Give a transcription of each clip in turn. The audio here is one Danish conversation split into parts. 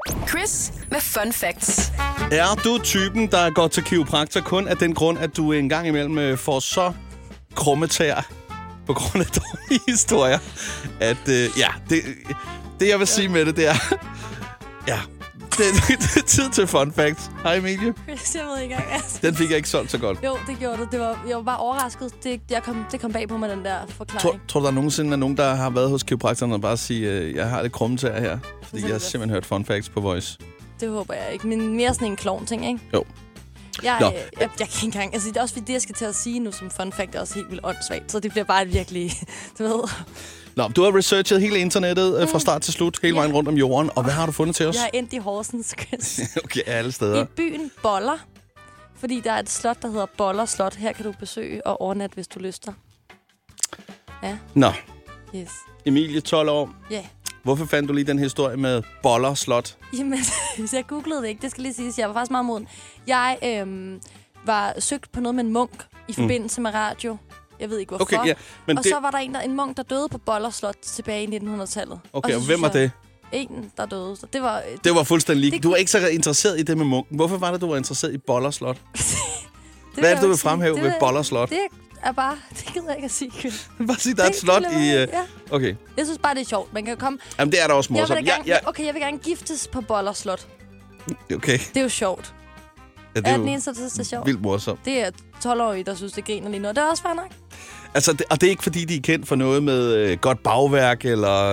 Chris med Fun Facts. Er du typen, der går til kiropraktor kun af den grund, at du en gang imellem får så krumme tæer på grund af dårlige historier, at det jeg vil sige med det er, ja, det er tid til Fun Facts. Hej Emilie. Chris, jeg ved ikke engang. Altså. Den fik jeg ikke solgt så godt. Jo, det gjorde det. Jeg var bare overrasket. Det kom bag på med den der forklaring. Tror du, der nogensinde er nogen, der har været hos kiropraktoren og bare sige, jeg har lidt krumme tæer her? Fordi jeg har simpelthen hørt Fun Facts på Voice. Det håber jeg ikke. Men mere sådan en klovn-ting, ikke? Jo. Jeg kan ikke engang... Altså, det er også fordi, det, jeg skal til at sige nu som fun fact, er også helt vildt åndssvagt. Så det bliver bare virkelig... Du ved... Nå, du har researchet hele internettet fra start til slut, hele vejen rundt om jorden. Og hvad har du fundet til os? Jeg er endt i Horsens, Chris. Okay, alle steder. I byen Boller. Fordi der er et slot, der hedder Boller Slot. Her kan du besøge og overnatte, hvis du lyster. Ja. Nå. Yes. Emilie, 12 år. Ja. Yeah. Hvorfor fandt du lige den historie med Boller Slot? Jamen, jeg googlede det ikke. Det skal lige siges. Jeg var faktisk meget moden. Jeg var søgt på noget med en munk i forbindelse med radio. Jeg ved ikke, hvorfor. Okay, ja, men så var der en munk, der døde på Boller Slot tilbage i 1900-tallet. Okay, og hvem var det? En, der døde. Så det var fuldstændig lige. Du var ikke så interesseret i det med munken. Hvorfor var det, du var interesseret i Boller Slot? Hvad er det, du vil fremhæve ved Boller Slot? Det er bare... Det gider jeg ikke at sige. Bare sige, der er et slot i... Ja. Okay. Jeg synes bare, det er sjovt. Man kan jo komme... Jamen, det er da også morsomt. Jeg vil gerne giftes på Boller Slot. Okay. Det er jo sjovt. Ja, det er den eneste, der synes, det er sjovt? Vildt morsomt. Det er 12-årige, der synes, det griner lige nu. Det er også fair nok. Altså, og det er ikke, fordi de er kendt for noget med godt bagværk, eller...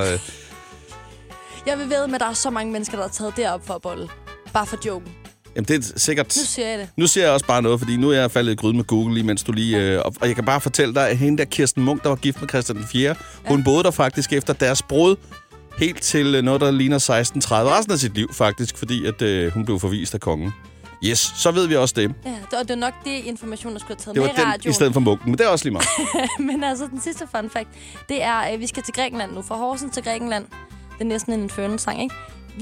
Jeg vil ved med, at der er så mange mennesker, der har taget derop for at bolle. Bare for joken. Jamen, det er sikkert... Nu siger jeg det. Nu siger jeg også bare noget, fordi nu er jeg faldet i gryden med Google, lige mens du lige... Og jeg kan bare fortælle dig, at hende der Kirsten Munk, der var gift med Christian den 4., hun boede der faktisk efter deres brud helt til noget, der ligner 1630. Resten af sit liv, faktisk, fordi at hun blev forvist af kongen. Yes, så ved vi også det. Ja, og det er nok det information, der skulle have taget med i radioen. Det var den i stedet for munken, men det er også lige meget. Men altså, den sidste fun fact, det er, at vi skal til Grækenland nu. Fra Horsens til Grækenland. Det er næsten en Infernal-sang, ikke?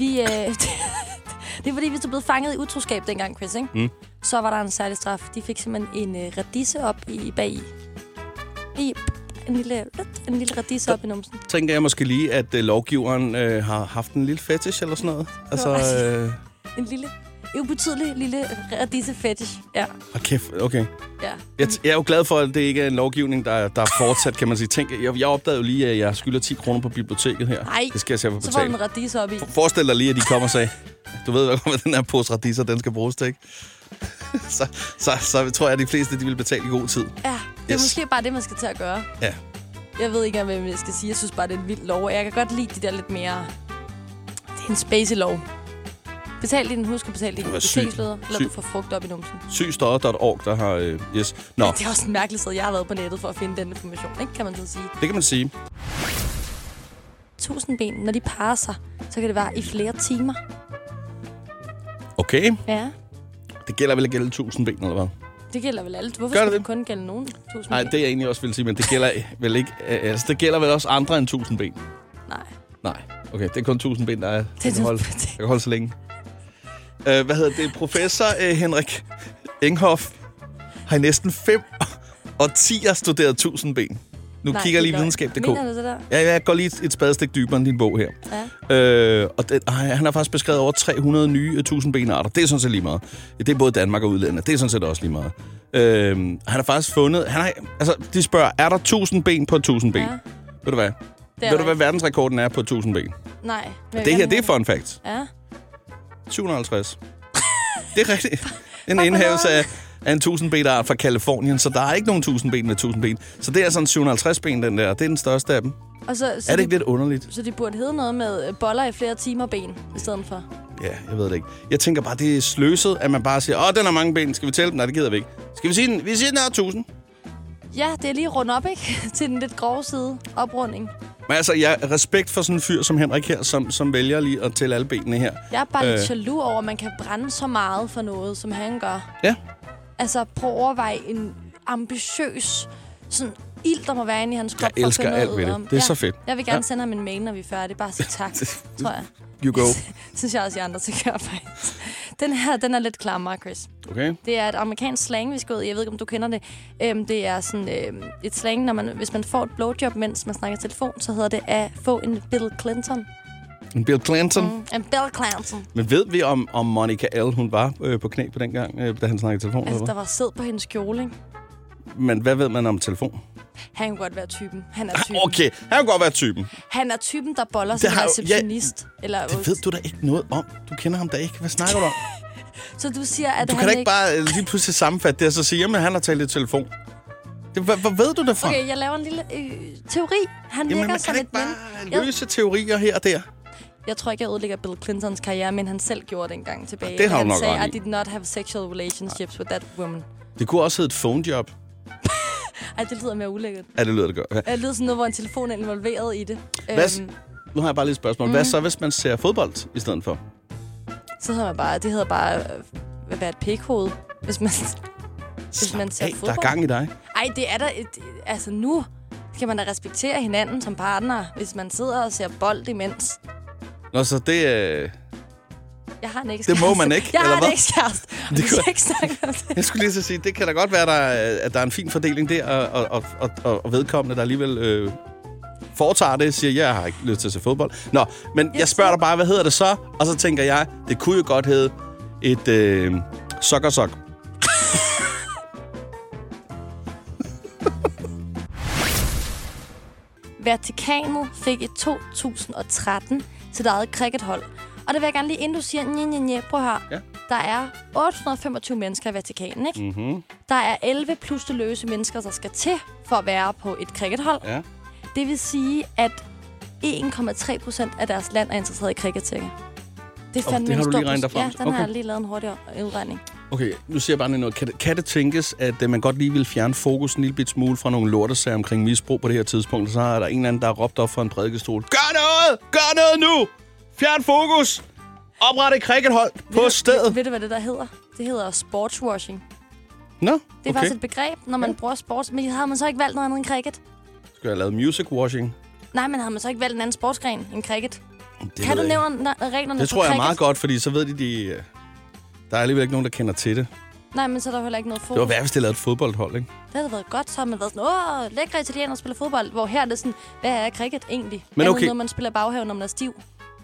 Det er fordi, hvis du blev fanget i utroskab dengang, Chris, ikke? Så var der en særlig straf. De fik simpelthen en radise op bag i en lille radise op i numsen. Tænker jeg måske lige, at lovgiveren har haft en lille fetish eller sådan noget. Altså, en lille... ubetydelig lille radise-fetish. Ja. Okay. Ja. Jeg er jo glad for, at det ikke er en lovgivning, der er fortsat, kan man sige. Tænk, jeg opdagede jo lige, at jeg skylder 10 kroner på bibliotekket her. Nej, det skal jeg selv så får du en radise op i. Forestil dig lige, at de kommer og sagde, du ved, hvad den her pose radiser, den skal bruges til, ikke? så tror jeg, at de fleste de vil betale i god tid. Ja, det er måske bare det, man skal til at gøre. Ja. Jeg ved ikke, hvad jeg skal sige. Jeg synes bare, det er en vild lov. Jeg kan godt lide de der lidt mere... Det er en spacey-lov. Betal din, husk at betale din biblioteksleder, eller du får frugt op i numsen. Sygstodder.org, der har... yes. Nå. Det er også en mærkelig sted, jeg har været på nettet for at finde den information, ikke? Kan man så sige. Det kan man sige. 1000 ben, når de parer sig, så kan det være i flere timer. Okay. Ja. Det gælder vel at gælde 1000 ben, eller hvad? Det gælder vel alt. Hvorfor skal det kun gælde nogen 1000 ben? Nej, det jeg egentlig også vil sige, men det gælder vel ikke... Altså, det gælder vel også andre end 1000 ben? Nej. Okay, det er kun 1000 ben, der kan holde så længe. Hvad hedder det? Professor Henrik Enghoff har i næsten 5 årtier studeret 1000 ben. Nu kigger jeg lige videnskab.dk. Mener du det der? Ja, jeg går lige et spadestik dybere end din bog her. Ja. Han har faktisk beskrevet over 300 nye 1000 benarter. Det er sådan set lige meget. Det er både Danmark og udlandet. Det er sådan set også lige meget. Han har faktisk fundet... de spørger, er der 1000 ben på 1000 ben? Ja. Ved du hvad? Ved du, hvad verdensrekorden er på 1000 ben? Nej. Det her, det er fun fact. Ja. 750. Det er rigtigt. En indhævelse af en 1000 benart fra Kalifornien, så der er ikke nogen 1000 ben med 1000 ben. Så det er sådan 750 ben, den der. Det er den største af dem. Og så er det ikke lidt underligt? Så de burde hedde noget med boller i flere timer ben, i stedet for? Ja, jeg ved det ikke. Jeg tænker bare, det er sløset, at man bare siger, den har mange ben, skal vi tælle dem? Nej, det gider vi ikke. Skal vi sige den? Vi siger, den er 1000. Ja, det er lige rundt op, ikke? Til den lidt grove side. Oprunding. Men altså, jeg har respekt for sådan en fyr som Henrik her, som vælger lige at tælle alle benene her. Jeg er bare lidt jaloux over, at man kan brænde så meget for noget, som han gør. Ja. Altså, prøv at overveje en ambitiøs sådan ild, der må være inde i hans krop. Jeg elsker alt ved det. Det er så fedt. Jeg vil gerne sende ham en mail, når vi er færdige. Bare sige tak, tror jeg. You go. Synes jeg også, I andre skal gøre, faktisk. Den her, den er lidt klar, Chris. Okay. Det er et amerikansk slang, vi skal ud i. Jeg ved ikke, om du kender det. Det er sådan et slang, hvis man får et blowjob, mens man snakker telefon, så hedder det at få en Bill Clinton. En Bill Clinton. En Bill Clinton. Men ved vi, om Monica L., hun var på knæ på den gang, da han snakkede i telefon? Altså, der var sæd på hendes kjole, ikke? Men hvad ved man om telefon? Han kan godt være typen. Han er typen. Okay, han kan godt være typen. Han er typen, der boller som receptionist. Eller det ved du da ikke noget om. Du kender ham da ikke. Hvad snakker du om? Så du siger, at du han kan da ikke bare lige pludselig sammenfatte det, og så sige, jamen han har talt i telefon. Hvor ved du det fra? Okay, jeg laver en lille teori. Han virker som et man kan ikke bare løse teorier her og der. Jeg tror ikke, jeg ødelægger Bill Clintons karriere, men han selv gjorde det en gang tilbage. Det har du nok ret i. Han sagde, I did not have sexual relationships with that woman. Det kunne også hedde et phonejob. Ej, det lyder mere ulækkert. Ja, det lyder det godt. Ja. Det lyder sådan noget, hvor en telefon er involveret i det. Nu har jeg bare lige et spørgsmål. Hvad så, hvis man ser fodbold i stedet for? Så hedder man bare, det hedder bare at være et pikhoved, hvis man ser fodbold. Der er gang i dig. Ej, det er der... Altså nu skal man da respektere hinanden som partner, hvis man sidder og ser bold imens. Nå, så det... Jeg har en ekskæreste. Det må man ikke, jeg eller har en ekskæreste. Vi skal ikke snakke om det. Jeg skulle lige så sige, det kan da godt være, at der er en fin fordeling der, og vedkommende, der alligevel foretager det, siger, jeg har ikke lyst til at se fodbold. Nå, men jeg spørger dig bare, hvad hedder det så? Og så tænker jeg, det kunne jo godt hedde et sokkersok. Vatikanet fik i 2013 sit eget crickethold. Og det vil jeg gerne lige, inden du siger, prøv at høre. Ja. Der er 825 mennesker i Vatikanen, ikke? Mm-hmm. Der er 11 løse mennesker, der skal til for at være på et crickethold. Ja. Det vil sige, at 1,3% af deres land er interesseret i cricket. Det er fandme det har du lige regnet derfra? Ja, den har jeg lige lavet en hurtig udregning. Okay, nu siger jeg bare noget. Kan det tænkes, at man godt lige vil fjerne fokus en lille bit smule fra nogle lortesager omkring misbrug på det her tidspunkt, og så er der en eller anden, der har råbt op for en prædikestol. Gør noget! Gør noget nu! Fjern fokus! Opret et crickethold på stedet! Ved du, hvad det der hedder? Det hedder sportswashing. Nå, okay. Det er faktisk et begreb, når man bruger sports. Men har man så ikke valgt noget andet end cricket? Skal jeg have lavet music washing? Nej, men har man så ikke valgt en anden sportsgren end cricket? Kan du nævne reglerne det tror jeg er meget godt, fordi så ved de der er alligevel ikke nogen, der kender til det. Nej, men så er der heller ikke noget fokus. Det var værd, hvis det lavede et fodboldhold, ikke? Det havde været godt, så har man været sådan, lækre italienere spiller fodbold, hvor her er det sådan, hvad er cricket egentlig? Men okay. Noget, man spiller baghaven, når man er stiv.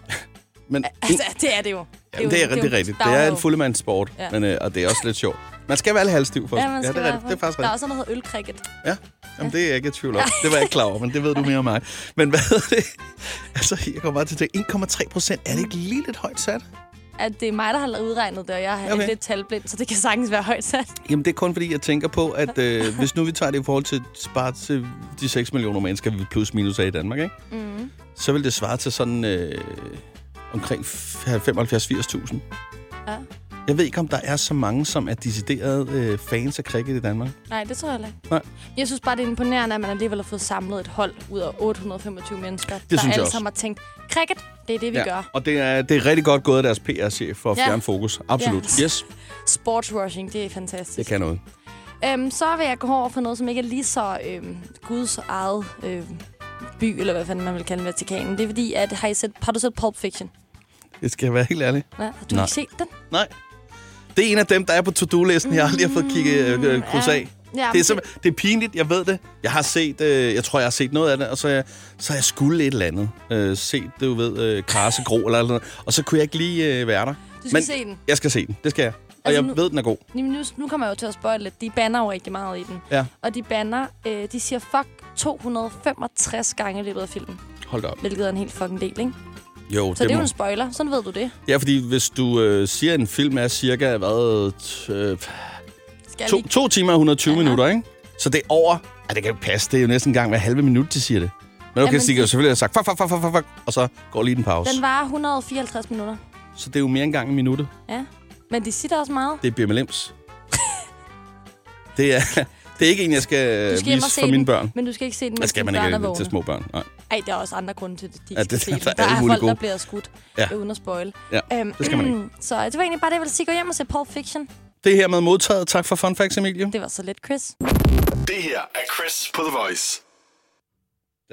Men altså, det er det jo. Det er rigtigt. Det er en fuldemandssport, ja. Men, og det er også lidt sjovt. Man skal være halvstiv for. Ja, det er rigtigt. Det er faktisk rigtigt. Der er også noget, der hedder ølcricket. Ja, jamen, det er jeg ikke i tvivl om. Det var jeg ikke klar over, men det ved du mere om mig. Men hvad er det? Altså, jeg kommer bare til det. 1,3%. Er det ikke lige lidt højt sat? At det er mig, der har udregnet det, og jeg er lidt talblind, så det kan sagtens være højt sat. Jamen, det er kun fordi, jeg tænker på, at hvis nu vi tager det i forhold til bare til de 6 millioner mennesker, vi plus minus er i Danmark, ikke? Mm. Så vil det svare til sådan omkring 75-80.000. Ja. Jeg ved ikke, om der er så mange, som er deciderede fans af cricket i Danmark. Nej, det tror jeg ikke. Nej. Jeg synes bare, det er imponerende, at man alligevel har fået samlet et hold ud af 825 mennesker, det der alle sammen har tænkt, cricket, det er det, vi gør. Og det er rigtig godt gået af deres PR-chef for at fjerne fokus. Absolut. Ja. Yes. Sportswashing, det er fantastisk. Det kan noget. Så vil jeg gå over for noget, som ikke er lige så Guds eget by, eller hvad fanden man vil kalde Vatikanen. Det er fordi, at har du set Pulp Fiction? Det skal jeg være helt ærlig. Ja, har du ikke set den? Nej. Det er en af dem, der er på to-do-listen. Jeg har lige fået kigget kryds af. Ja, det er pinligt, jeg ved det. Jeg har set, jeg tror, jeg har set noget af det, og så har jeg skulle et eller andet. Set, du ved, Karse Gro eller noget. Og så kunne jeg ikke lige være der. Du skal se den. Jeg skal se den, det skal jeg. Og altså, jeg ved, den er god. Nu kommer jeg jo til at spoil lidt. De banner jo rigtig meget i den. Ja. Og de banner, de siger fuck 265 gange i løbet af filmen. Hold da op. Hvilket er en helt fucking del, ikke? Jo, så det er jo en spoiler. Sådan ved du det. Ja, fordi hvis du siger, at en film er cirka, 2 timer og 120 minutter, ikke? Så det er over... det kan jo passe. Det er jo næsten en gang hver halve minut, de siger det. Men okay, de kan jo selvfølgelig have sagt fuck, og så går lige den pause. Den var 154 minutter. Så det er jo mere end gang i minuttet. Ja, men de siger også meget. Det er Birma Lems. Det er ikke en, jeg skal vise for mine børn. Men du skal ikke se den, mens dine børn er vågne. Til små børn. Nej. Ej, der er også andre grunde til, at de skal se den. Der er folk, der bliver skudt uden at spoil. Ja, det skal man ikke. Så det var egentlig bare det, jeg ville sige. Gå hjem og se Pulp Fiction. Det her med modtaget. Tak for fun facts, Emilie. Det var så lidt, Chris. Det her er Chris på The Voice.